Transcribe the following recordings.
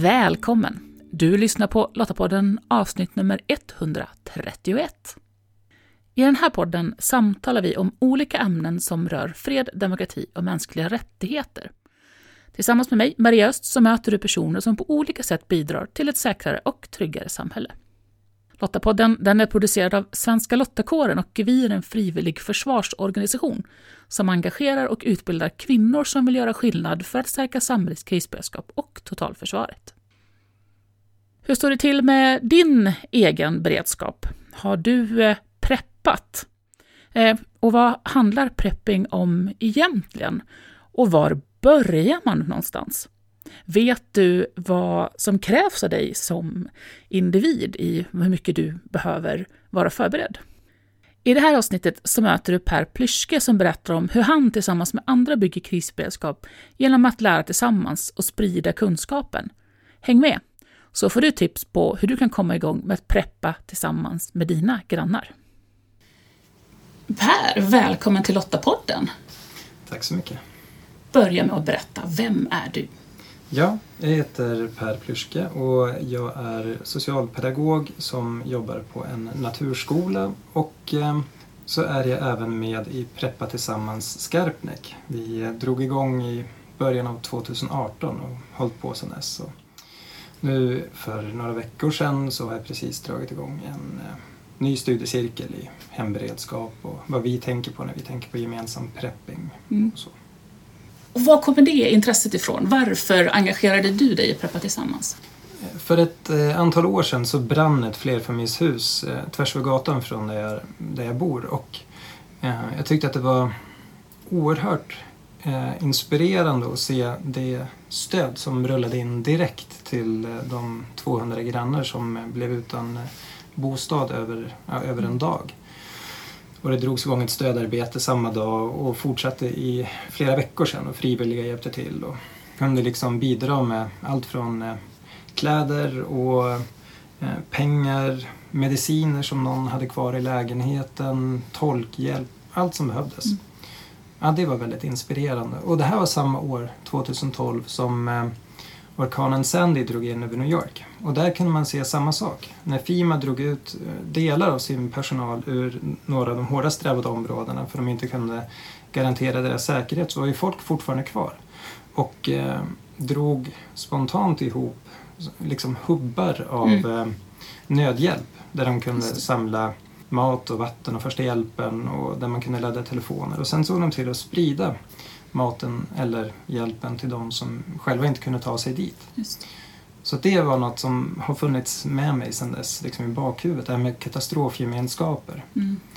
Välkommen! Du lyssnar på Lottapodden avsnitt nummer 131. I den här podden samtalar vi om olika ämnen som rör fred, demokrati och mänskliga rättigheter. Tillsammans med mig, Maria Öst, så möter du personer som på olika sätt bidrar till ett säkrare och tryggare samhälle. Lottapodden den är producerad av Svenska Lottakåren och vi är en frivillig försvarsorganisation som engagerar och utbildar kvinnor som vill göra skillnad för att stärka samhällets krisberedskap och totalförsvaret. Hur står det till med din egen beredskap? Har du preppat? Och vad handlar prepping om egentligen? Och var börjar man någonstans? Vet du vad som krävs av dig som individ i hur mycket du behöver vara förberedd? I det här avsnittet så möter du Per Plyschke som berättar om hur han tillsammans med andra bygger krisberedskap genom att lära tillsammans och sprida kunskapen. Häng med, så får du tips på hur du kan komma igång med att preppa tillsammans med dina grannar. Per, välkommen till Lottapodden. Tack så mycket. Börja med att berätta, vem är du? Ja, jag heter Per Plyschke och jag är socialpedagog som jobbar på en naturskola och så är jag även med i Preppa tillsammans Skarpnäck. Vi drog igång i början av 2018 och hållit på sedan dess. Nu för några veckor sedan så har jag precis dragit igång en ny studiecirkel i hemberedskap och vad vi tänker på när vi tänker på gemensam prepping och så. Och var kommer det intresset ifrån? Varför engagerade du dig i Preppa tillsammans? För ett antal år sedan så brann ett flerfamiljshus tvärs över gatan från där jag bor. Och jag tyckte att det var oerhört inspirerande att se det stöd som rullade in direkt till de 200 grannar som blev utan bostad över en dag. Och det drogs igång ett stödarbete samma dag och fortsatte i flera veckor sedan och frivilliga hjälpte till och kunde liksom bidra med allt från kläder och pengar, mediciner som någon hade kvar i lägenheten, tolkhjälp, allt som behövdes. Ja, det var väldigt inspirerande. Och det här var samma år, 2012, som orkanen Sandy drog in över New York. Och där kunde man se samma sak. När FEMA drog ut delar av sin personal ur några av de hårdast drabbade områdena för de inte kunde garantera deras säkerhet, så var ju folk fortfarande kvar. Och drog spontant ihop liksom hubbar av nödhjälp där de kunde samla mat och vatten och första hjälpen och där man kunde ladda telefoner. Och sen såg de till att sprida maten eller hjälpen till de som själva inte kunde ta sig dit. Just. Så det var något som har funnits med mig sedan dess, liksom i bakhuvudet, det här med katastrofgemenskaper.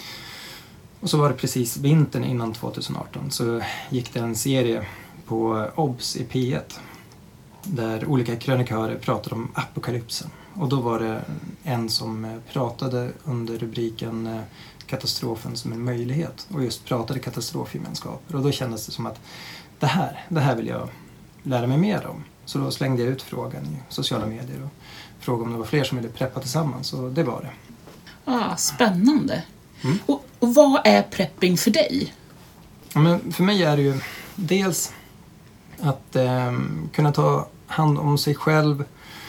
Och så var det precis vintern innan 2018 så gick det en serie på OBS i P1 där olika krönikörer pratade om apokalypsen. Och då var det en som pratade under rubriken katastrofen som en möjlighet och just pratade katastrofgemenskaper. Och då kändes det som att det här vill jag lära mig mer om. Så då slängde jag ut frågan i sociala medier och frågade om det var fler som ville preppa tillsammans, och det var det. Spännande. Och vad är prepping för dig? Ja, men för mig är det ju dels att kunna ta hand om sig själv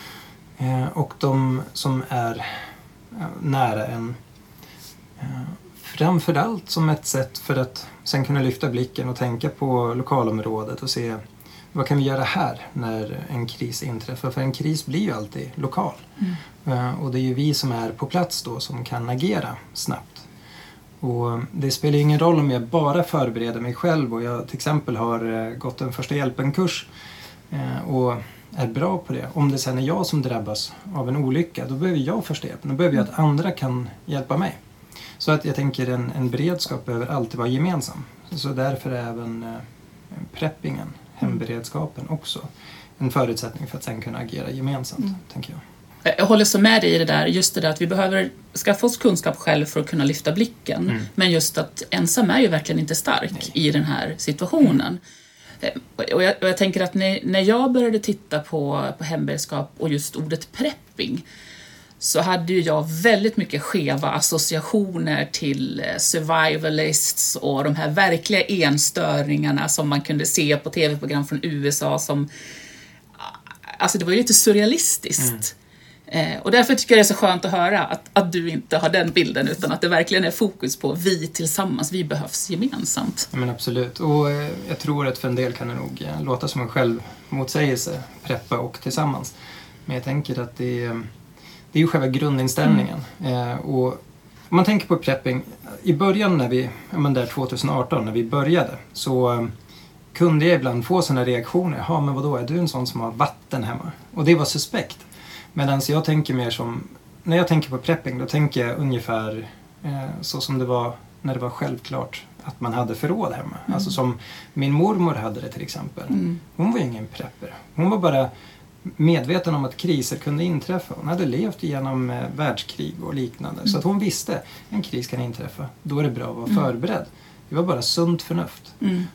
och de som är nära en. Framförallt som ett sätt för att sen kunna lyfta blicken och tänka på lokalområdet och se vad kan vi göra här när en kris inträffar. För en kris blir ju alltid lokal. Och det är ju vi som är på plats då som kan agera snabbt. Och det spelar ingen roll om jag bara förbereder mig själv och jag till exempel har gått en första hjälpen-kurs och är bra på det. Om det sen är jag som drabbas av en olycka, då behöver jag första hjälpen. Då behöver jag att andra kan hjälpa mig. Så att jag tänker en beredskap behöver alltid vara gemensam. Så därför är även preppingen, hemberedskapen också en förutsättning för att sen kunna agera gemensamt, tänker jag. Jag håller så med dig i det där, just det där att vi behöver skaffa oss kunskap själv för att kunna lyfta blicken. Men just att ensam är ju verkligen inte stark i den här situationen. Och jag tänker att när jag började titta på hemberedskap och just ordet prepping, så hade ju jag väldigt mycket skeva associationer till survivalists och de här verkliga enstöringarna som man kunde se på tv-program från USA som alltså det var ju lite surrealistiskt. Och därför tycker jag det är så skönt att höra att du inte har den bilden, utan att det verkligen är fokus på vi tillsammans, vi behövs gemensamt. Ja, men absolut. Och jag tror att för en del kan det nog låta som en självmotsägelse, preppa och tillsammans. Men jag tänker att det är ju själva grundinställningen. Och om man tänker på prepping, i början när vi, där 2018 när vi började, så kunde jag ibland få sådana reaktioner. Ja, men vadå, är du en sån som har vatten hemma? Och det var suspekt. Medan jag tänker mer som, när jag tänker på prepping, då tänker jag ungefär så som det var när det var självklart att man hade förråd hemma. Alltså som min mormor hade det till exempel. Hon var ingen prepper. Hon var bara medveten om att kriser kunde inträffa. Hon hade levt igenom världskrig och liknande. Så att hon visste, en kris kan inträffa. Då är det bra att vara förberedd. Det var bara sunt förnuft.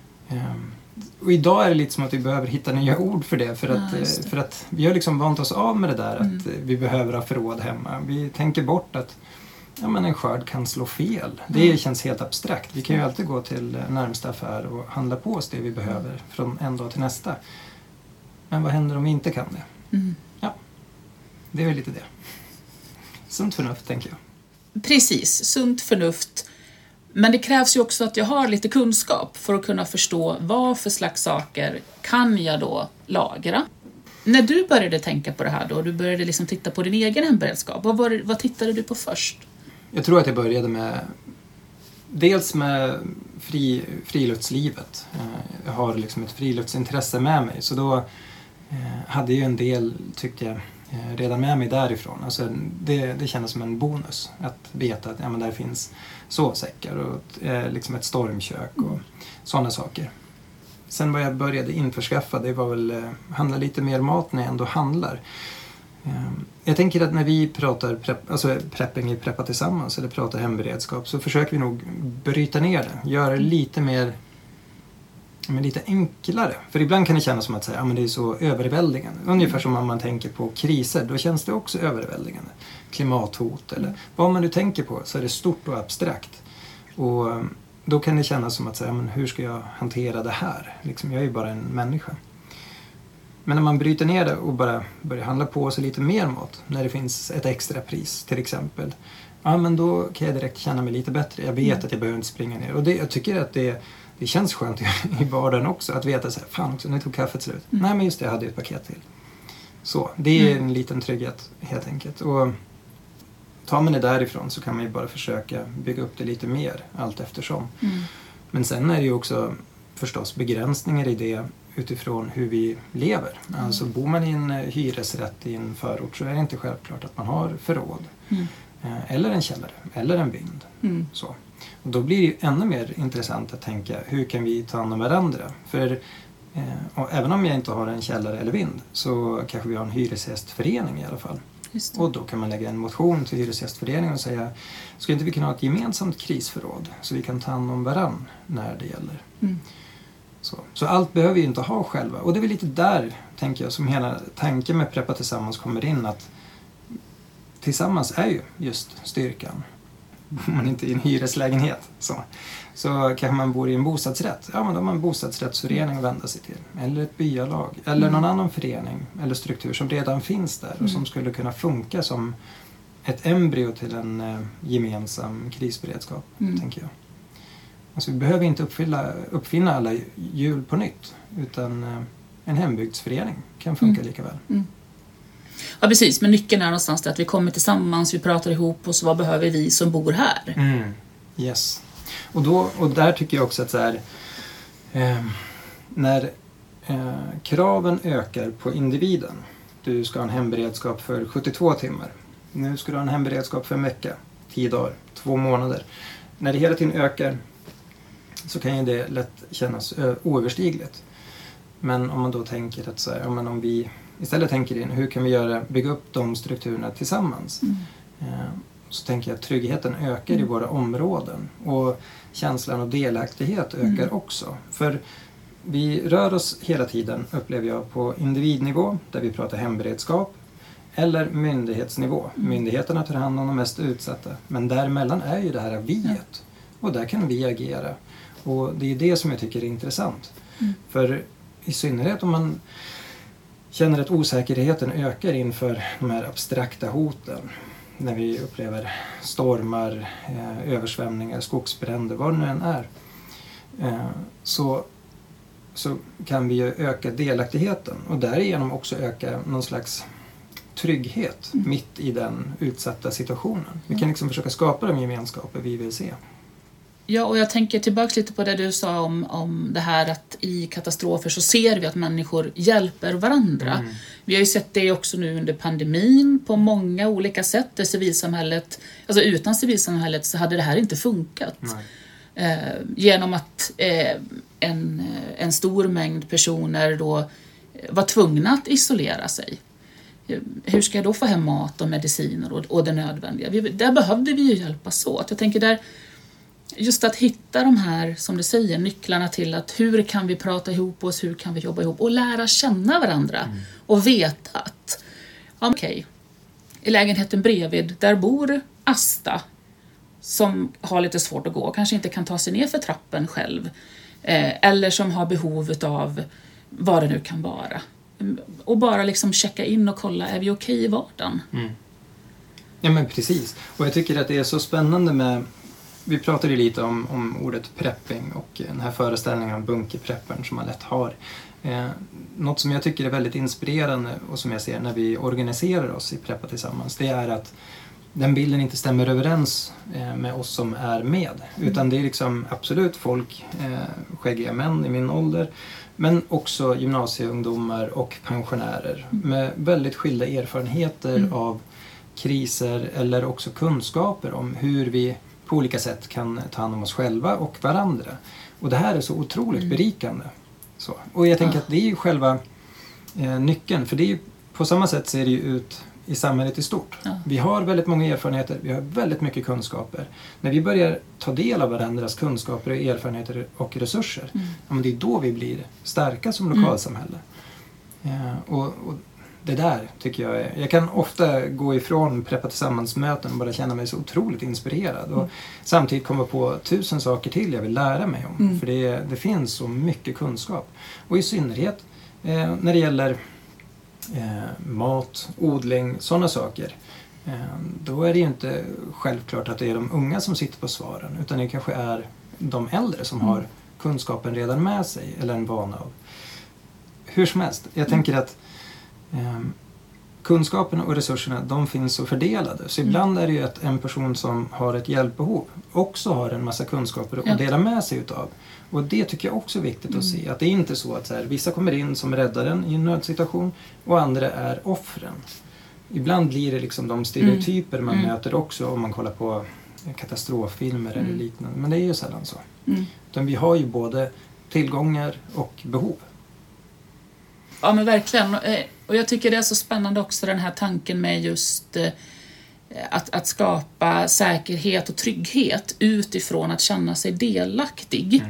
Och idag är det lite som att vi behöver hitta nya ord för det. För att vi har liksom vant oss av med det där att vi behöver ha förråd hemma. Vi tänker bort att en skörd kan slå fel. Det känns helt abstrakt. Vi kan ju alltid gå till närmsta affär och handla på oss det vi behöver från en dag till nästa. Men vad händer om vi inte kan det? Ja, det är väl lite det. Sunt förnuft, tänker jag. Precis, sunt förnuft. Men det krävs ju också att jag har lite kunskap för att kunna förstå vad för slags saker kan jag då lagra. När du började tänka på det här då, du började liksom titta på din egen hemberedskap, vad tittade du på först? Jag tror att jag började med dels med friluftslivet. Jag har liksom ett friluftsintresse med mig, så då hade ju en del, tyckte jag, redan med mig därifrån. Alltså det kändes som en bonus att veta att där finns sovsäckar och liksom ett stormkök och sådana saker. Sen vad jag började införskaffa, det var väl handla lite mer mat när jag ändå handlar. Jag tänker att när vi pratar prepping i Preppa tillsammans eller pratar hemberedskap, så försöker vi nog bryta ner det. Göra det lite mer, lite enklare. För ibland kan det kännas som att säga, det är så överväldigande. Ungefär som om man tänker på kriser, då känns det också överväldigande. Klimathot eller vad man nu tänker på, så är det stort och abstrakt. Och då kan det kännas som att säga, hur ska jag hantera det här? Liksom, jag är ju bara en människa. Men när man bryter ner det och bara börjar handla på sig lite mer mat, när det finns ett extra pris till exempel, då kan jag direkt känna mig lite bättre. Jag vet att jag behöver inte springa ner. Och jag tycker att det känns skönt i vardagen också, att veta så här, fan också, nu tog kaffet slut. Nej, men just det, jag hade ett paket till. Så, det är en liten trygghet helt enkelt. Och tar man det därifrån så kan man ju bara försöka bygga upp det lite mer allt eftersom. Men sen är det ju också förstås begränsningar i det utifrån hur vi lever. Alltså bor man i en hyresrätt i en förort, så är det inte självklart att man har förråd. Eller en källare, eller en vind. Så. Och då blir det ju ännu mer intressant att tänka, hur kan vi ta hand om varandra? För även om jag inte har en källare eller vind, så kanske vi har en hyresgästförening i alla fall. Och då kan man lägga en motion till hyresgästföreningen och säga, ska inte vi kunna ha ett gemensamt krisförråd så vi kan ta hand om varann när det gäller. Så allt behöver vi inte ha själva. Och det är väl lite där, tänker jag, som hela tanken med Preppa tillsammans kommer in, att tillsammans är ju just styrkan. Om man inte är i en hyreslägenhet så kanske man bor i en bostadsrätt. Ja, men då har man en bostadsrättsförening att vända sig till. Eller ett byalag. Eller någon annan förening eller struktur som redan finns där och som skulle kunna funka som ett embryo till en gemensam krisberedskap, tänker jag. Alltså vi behöver inte uppfinna alla hjul på nytt, utan en hembygdsförening kan funka lika väl. Ja, precis. Men nyckeln är någonstans där att vi kommer tillsammans, vi pratar ihop oss, vad behöver vi som bor här? Yes. Och där tycker jag också att så här, när kraven ökar på individen, du ska ha en hemberedskap för 72 timmar, nu ska du ha en hemberedskap för en vecka, 10 dagar, 2 månader. När det hela tiden ökar så kan ju det lätt kännas oöverstigligt. Men om man då tänker att så här, om vi istället tänker in, hur kan vi bygga upp de strukturerna tillsammans? Så tänker jag att tryggheten ökar i våra områden. Och känslan av delaktighet ökar också. För vi rör oss hela tiden, upplever jag, på individnivå, där vi pratar hemberedskap. Eller myndighetsnivå. Myndigheterna tar hand om de mest utsatta. Men däremellan är ju det här viet. Och där kan vi agera. Och det är det som jag tycker är intressant. För i synnerhet om man känner att osäkerheten ökar inför de här abstrakta hoten. När vi upplever stormar, översvämningar, skogsbränder, vad det nu än är. Så kan vi ju öka delaktigheten och därigenom också öka någon slags trygghet mitt i den utsatta situationen. Vi kan liksom försöka skapa de gemenskaper vi vill se. Ja, och jag tänker tillbaka lite på det du sa om det här att i katastrofer så ser vi att människor hjälper varandra. Vi har ju sett det också nu under pandemin på många olika sätt där civilsamhället, alltså utan civilsamhället så hade det här inte funkat. Genom att en stor mängd personer då var tvungna att isolera sig. Hur ska jag då få hem mat och mediciner och det nödvändiga? Där behövde vi ju hjälpas åt. Jag tänker där, just att hitta de här, som du säger, nycklarna till att hur kan vi prata ihop oss, hur kan vi jobba ihop och lära känna varandra och veta att okej, i lägenheten bredvid där bor Asta som har lite svårt att gå, kanske inte kan ta sig ner för trappen själv eller som har behov av vad det nu kan vara. Och bara liksom checka in och kolla, är vi okej i vardagen? Ja men precis, och jag tycker att det är så spännande med, vi pratade ju lite om ordet prepping och den här föreställningen om bunkerpreppern som man lätt har. Något som jag tycker är väldigt inspirerande och som jag ser när vi organiserar oss i Preppa tillsammans, det är att den bilden inte stämmer överens med oss som är med. Utan det är liksom absolut folk, skäggiga män i min ålder, men också gymnasieungdomar och pensionärer med väldigt skilda erfarenheter av kriser eller också kunskaper om hur vi på olika sätt kan ta hand om oss själva och varandra. Och det här är så otroligt berikande. Så. Och jag tänker att det är ju själva nyckeln, för det är ju, på samma sätt ser det ju ut i samhället i stort. Vi har väldigt många erfarenheter, vi har väldigt mycket kunskaper. När vi börjar ta del av varandras kunskaper och erfarenheter och resurser, ja, men det är då vi blir starka som lokalsamhälle. Och det där tycker jag är, jag kan ofta gå ifrån Preppa tillsammans-möten och bara känna mig så otroligt inspirerad och samtidigt komma på 1000 saker till jag vill lära mig om. För det finns så mycket kunskap. Och i synnerhet när det gäller mat, odling, sådana saker. Då är det ju inte självklart att det är de unga som sitter på svaren, utan det kanske är de äldre som har kunskapen redan med sig eller en vana av. Hur som helst, jag tänker att kunskapen och resurserna, de finns så fördelade. Så ibland är det ju att en person som har ett hjälpbehov också har en massa kunskaper att dela med sig utav. Och det tycker jag också är viktigt att se. Att det är inte så att så här, vissa kommer in som räddaren i en nödsituation och andra är offren. Ibland blir det liksom de stereotyper man möter också om man kollar på katastroffilmer eller liknande. Men det är ju sällan så. Utan vi har ju både tillgångar och behov. Ja men verkligen. Och jag tycker det är så spännande också den här tanken med just att skapa säkerhet och trygghet utifrån att känna sig delaktig.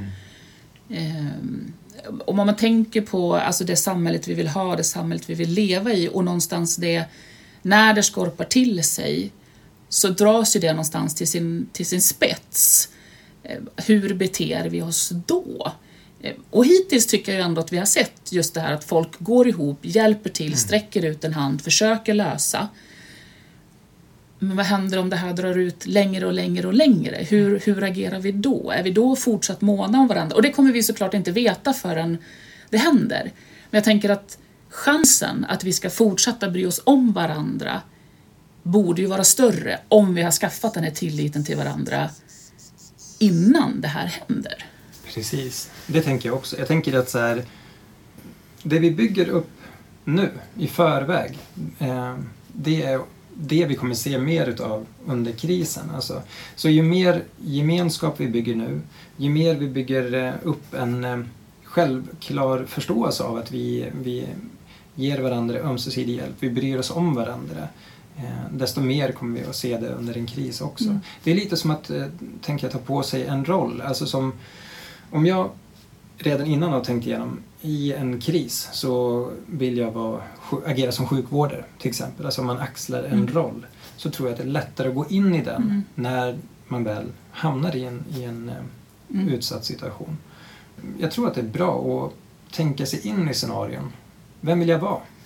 Om man tänker på alltså det samhället vi vill ha, det samhället vi vill leva i och någonstans det, när det skorpar till sig så dras ju det någonstans till sin spets. Hur beter vi oss då? Och hittills tycker jag ändå att vi har sett just det här att folk går ihop, hjälper till, sträcker ut en hand, försöker lösa. Men vad händer om det här drar ut längre och längre och längre? Hur agerar vi då? Är vi då fortsatt måna om varandra? Och det kommer vi såklart inte veta förrän det händer. Men jag tänker att chansen att vi ska fortsätta bry oss om varandra borde ju vara större om vi har skaffat den här tilliten till varandra innan det här händer. Precis, det tänker jag också. Jag tänker att så här, det vi bygger upp nu i förväg, det är det vi kommer se mer utav under krisen. Alltså, så ju mer gemenskap vi bygger nu, ju mer vi bygger upp en självklar förståelse av att vi ger varandra ömsesidig hjälp, vi bryr oss om varandra, desto mer kommer vi att se det under en kris också. Det är lite som att tänka ta på sig en roll. Alltså som om jag redan innan har tänkt igenom i en kris så vill jag agera som sjukvårdare till exempel. Alltså om man axlar en roll så tror jag att det är lättare att gå in i den när man väl hamnar i en utsatt situation. Jag tror att det är bra att tänka sig in i scenarion. Vem vill jag vara?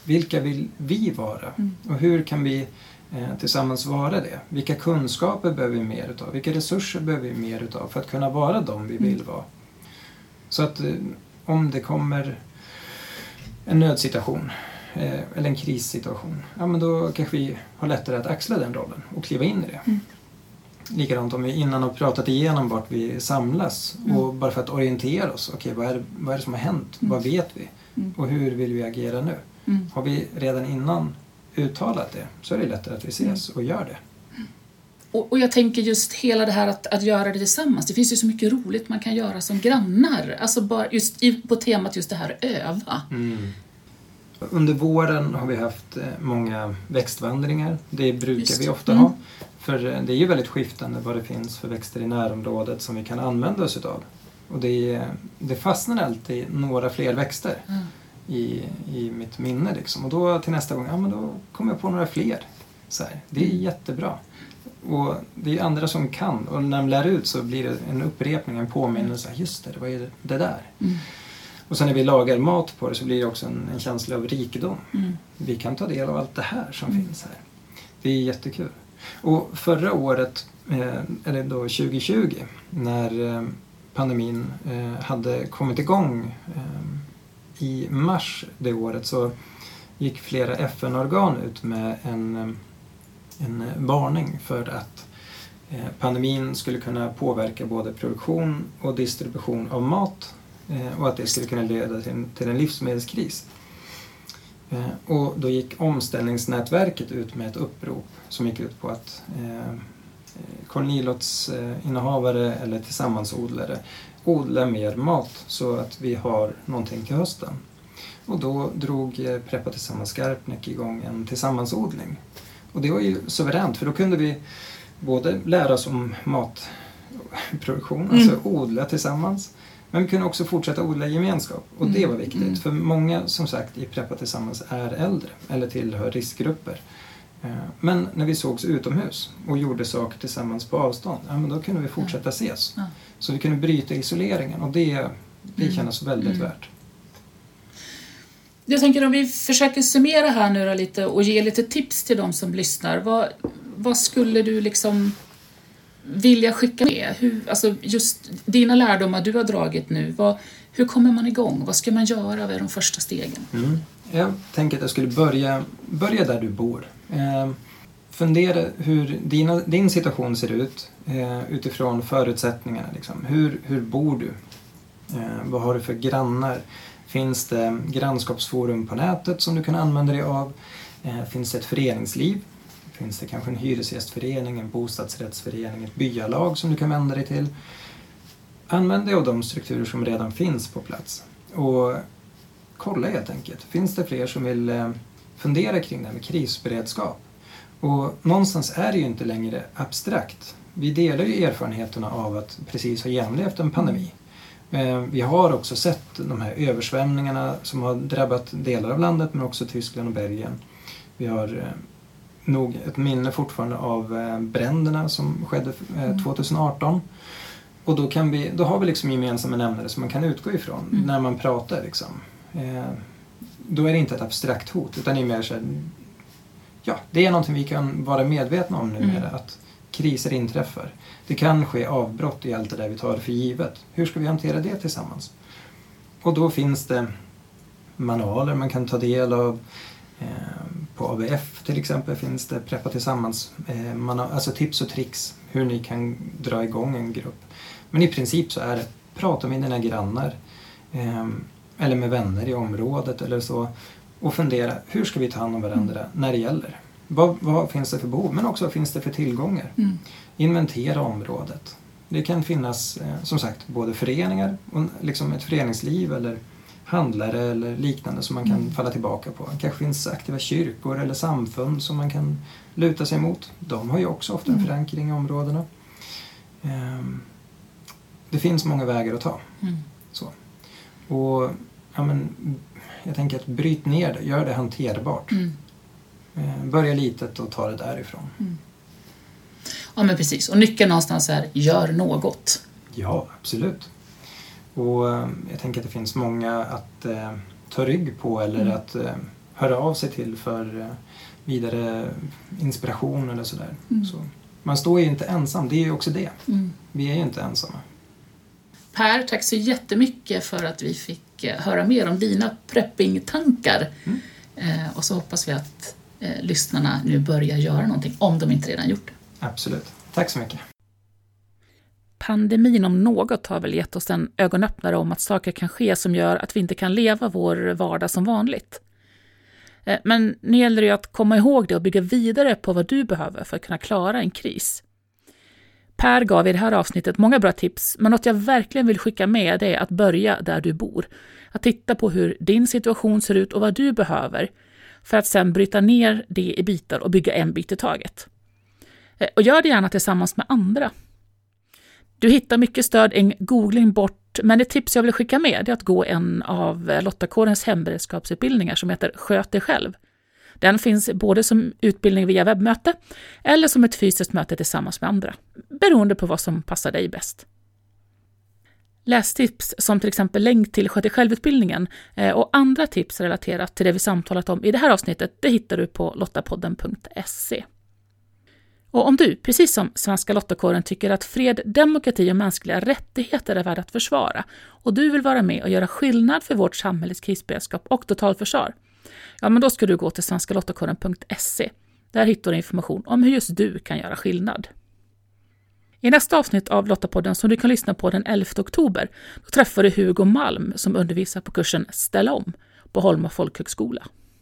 vilka vill vi vara? Och hur kan vi tillsammans vara det? Vilka kunskaper behöver vi mer utav? Vilka resurser behöver vi mer utav för att kunna vara de vi vill vara? Så att om det kommer en nödsituation eller en krissituation, ja, men då kanske vi har lättare att axla den rollen och kliva in i det. Likadant om vi innan har pratat igenom vart vi samlas och bara för att orientera oss. Okej, vad är det som har hänt? Vad vet vi? Och hur vill vi agera nu? Har vi redan innan uttalat det så är det lättare att vi ses och gör det. Och jag tänker just hela det här att göra det tillsammans. Det finns ju så mycket roligt man kan göra som grannar. Alltså bara just på temat just det här öva. Under våren har vi haft många växtvandringar. Det brukar vi ofta ha. För det är ju väldigt skiftande vad det finns för växter i närområdet som vi kan använda oss utav. Och det fastnar alltid några fler växter i mitt minne. Liksom. Och då till nästa gång, men då kommer jag på några fler. Så här. Det är jättebra. Och det är andra som kan. Och när de lär ut så blir det en upprepning, en påminnelse. Just det, vad är det där? Och sen när vi lagar mat på det så blir det också en känsla av rikedom. Vi kan ta del av allt det här som finns här. Det är jättekul. Och förra året, eller då 2020, när pandemin hade kommit igång i mars det året, så gick flera FN-organ ut med en varning för att pandemin skulle kunna påverka både produktion och distribution av mat och att det skulle kunna leda till en livsmedelskris. Och då gick omställningsnätverket ut med ett upprop som gick ut på att kolonilottsinnehavare eller tillsammansodlare odlar mer mat så att vi har någonting till hösten. Och då drog Preppa Tillsammans Skarpnäck igång en tillsammansodling. Och det var ju suveränt, för då kunde vi både lära oss om matproduktion, alltså odla tillsammans, men vi kunde också fortsätta odla gemenskap. Och det var viktigt, för många som sagt i Preppa Tillsammans är äldre eller tillhör riskgrupper. Men när vi sågs utomhus och gjorde saker tillsammans på avstånd, men då kunde vi fortsätta ses. Så vi kunde bryta isoleringen, och det kändes väldigt värt. Jag tänker om vi försöker summera här nu då lite och ge lite tips till de som lyssnar. Vad skulle du liksom vilja skicka med? Alltså just dina lärdomar du har dragit nu. Hur kommer man igång? Vad ska man göra? Vad är de första stegen? Jag tänker att jag skulle börja där du bor. Fundera hur din situation ser ut utifrån förutsättningarna. Liksom. Hur bor du? Vad har du för grannar? Finns det grannskapsforum på nätet som du kan använda dig av? Finns det ett föreningsliv? Finns det kanske en hyresgästförening, en bostadsrättsförening, ett byalag som du kan vända dig till? Använd dig av de strukturer som redan finns på plats. Och kolla helt enkelt. Finns det fler som vill fundera kring det här med krisberedskap? Och någonstans är det ju inte längre abstrakt. Vi delar ju erfarenheterna av att precis ha genomlevt en pandemi. Vi har också sett de här översvämningarna som har drabbat delar av landet, men också Tyskland och Belgien. Vi har nog ett minne fortfarande av bränderna som skedde 2018. Och då har vi liksom gemensamma nämnare som man kan utgå ifrån när man pratar. Liksom. Då är det inte ett abstrakt hot, utan det är mer så här, det är någonting vi kan vara medvetna om numera, att kriser inträffar. Det kan ske avbrott i allt det där vi tar för givet. Hur ska vi hantera det tillsammans? Och då finns det manualer man kan ta del av. På ABF till exempel finns det Preppa Tillsammans, alltså tips och tricks hur ni kan dra igång en grupp. Men i princip så är det, prata med dina grannar eller med vänner i området eller så, och fundera, hur ska vi ta hand om varandra när det gäller? Vad finns det för behov, men också vad finns det för tillgångar? Inventera området. Det kan finnas som sagt både föreningar och liksom ett föreningsliv eller handlare eller liknande som man kan falla tillbaka på. Det kanske finns aktiva kyrkor eller samfund som man kan luta sig mot. De har ju också ofta en förankring i områdena. Det finns många vägar att ta. Så. Och jag tänker att bryt ner det, gör det hanterbart. Börja litet och ta det därifrån. Ja, men precis. Och nyckeln någonstans är, gör något. Ja, absolut. Och jag tänker att det finns många att ta rygg på eller att höra av sig till för vidare inspiration eller sådär. Så man står ju inte ensam, det är ju också det. Vi är ju inte ensamma. Per, tack så jättemycket för att vi fick höra mer om dina prepping-tankar. Och så hoppas vi att lyssnarna nu börjar göra någonting, om de inte redan gjort det. Absolut. Tack så mycket. Pandemin om något har väl gett oss en ögonöppnare om att saker kan ske som gör att vi inte kan leva vår vardag som vanligt. Men nu gäller det ju att komma ihåg det och bygga vidare på vad du behöver för att kunna klara en kris. Per gav i det här avsnittet många bra tips, men något jag verkligen vill skicka med är att börja där du bor. Att titta på hur din situation ser ut och vad du behöver för att sedan bryta ner det i bitar och bygga en bit i taget. Och gör det gärna tillsammans med andra. Du hittar mycket stöd en googling bort, men det tips jag vill skicka med är att gå en av Lottakårens hemberedskapsutbildningar som heter Sköt dig själv. Den finns både som utbildning via webbmöte eller som ett fysiskt möte tillsammans med andra, beroende på vad som passar dig bäst. Lästips som till exempel länk till Sköt dig själv-utbildningen och andra tips relaterat till det vi samtalat om i det här avsnittet, det hittar du på lottapodden.se. Och om du, precis som Svenska Lottakåren, tycker att fred, demokrati och mänskliga rättigheter är värda att försvara och du vill vara med och göra skillnad för vårt samhälles krisberedskap och totalförsvar, ja men då ska du gå till svenskalottakåren.se. Där hittar du information om hur just du kan göra skillnad. I nästa avsnitt av Lottapodden som du kan lyssna på den 11 oktober, då träffar du Hugo Malm som undervisar på kursen Ställa om på Holma folkhögskola.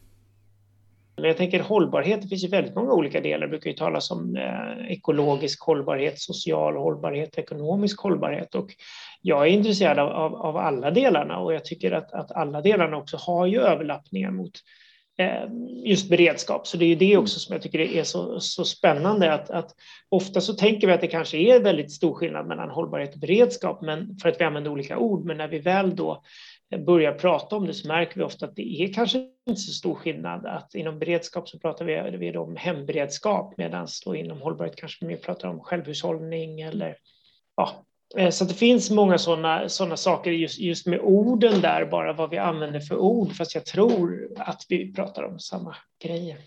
Jag tänker hållbarhet, det finns ju väldigt många olika delar. Det brukar ju talas om ekologisk hållbarhet, social hållbarhet, ekonomisk hållbarhet. Och jag är intresserad av alla delarna och jag tycker att alla delarna också har ju överlappningar mot just beredskap. Så det är ju det också som jag tycker är så spännande. Att ofta så tänker vi att det kanske är väldigt stor skillnad mellan hållbarhet och beredskap, men för att vi använder olika ord. Men när vi väl då börjar prata om det så märker vi ofta att det är kanske inte så stor skillnad. Att inom beredskap så pratar vi om hemberedskap, medan då inom hållbarhet kanske vi pratar om självhushållning eller så att det finns många sådana saker just med orden där, bara vad vi använder för ord, fast jag tror att vi pratar om samma grejer.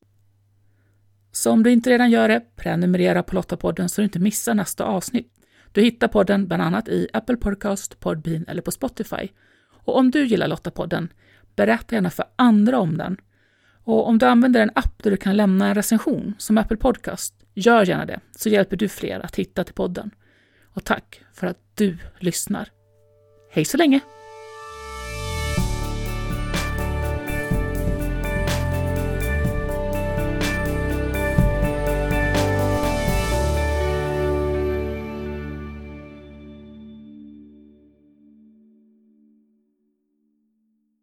Så om du inte redan gör det, prenumerera på Lottapodden så du inte missar nästa avsnitt. Du hittar podden bland annat i Apple Podcast, Podbean eller på Spotify. Och om du gillar Lottapodden, berätta gärna för andra om den. Och om du använder en app där du kan lämna en recension som Apple Podcast, gör gärna det, så hjälper du fler att hitta till podden. Och tack för att du lyssnar. Hej så länge!